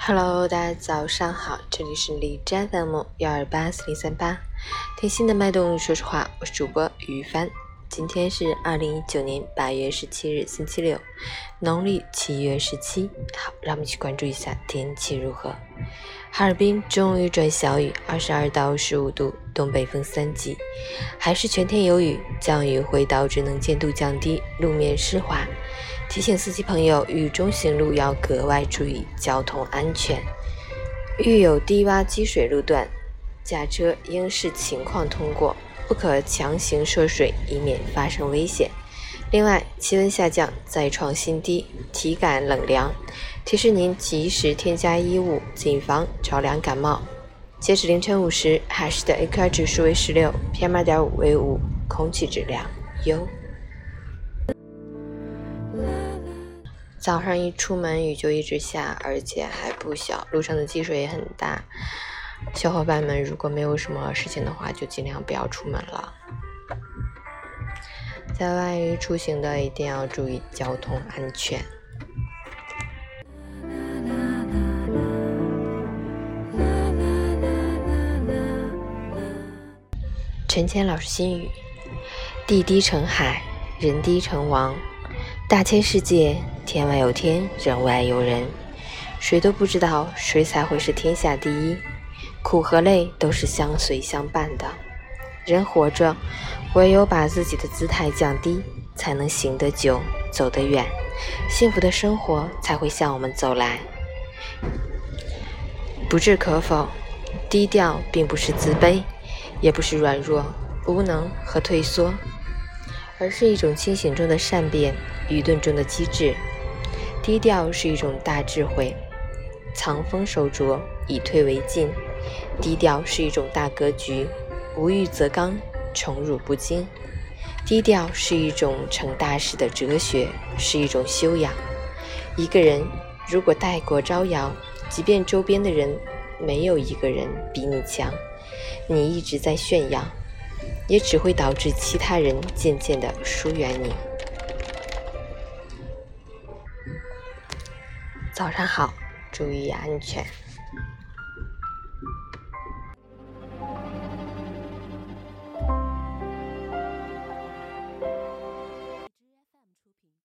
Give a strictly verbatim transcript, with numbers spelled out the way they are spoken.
Hello， 大家早上好，这里是荔枝 F M 幺二八四零三八，贴心的脉动，说实话，我是主播于帆。今天是二零一九年八月十七日，星期六，农历七月十七。好，让我们去关注一下天气如何。哈尔滨终于转小雨，二十二到十五度，东北风三级，还是全天有雨，降雨会导致能见度降低，路面湿滑。提醒司机朋友，雨中行路要格外注意交通安全。遇有低洼积水路段，驾车应视情况通过，不可强行涉水，以免发生危险。另外，气温下降再创新低，体感冷凉，提示您及时添加衣物，谨防着凉感冒。截止凌晨五时，海市的 A Q I 指数为十六 ，P M 二点五 为五，空气质量优。早上一出门雨就一直下，而且还不小，路上的积水也很大。小伙伴们如果没有什么事情的话，就尽量不要出门了。在外出行的一定要注意交通安全。陈谦老师心语：地低成海，人低成王。大千世界，天外有天，人外有人，谁都不知道谁才会是天下第一。苦和累都是相随相伴的。人活着，唯有把自己的姿态降低，才能行得久，走得远，幸福的生活才会向我们走来。不置可否，低调并不是自卑，也不是软弱、无能和退缩，而是一种清醒中的善变，愚钝中的机智。低调是一种大智慧，藏锋守拙，以退为进。低调是一种大格局，无欲则刚，宠辱不惊。低调是一种成大事的哲学，是一种修养。一个人如果太过招摇，即便周边的人没有一个人比你强，你一直在炫耀，也只会导致其他人渐渐地疏远你。早上好，注意安全。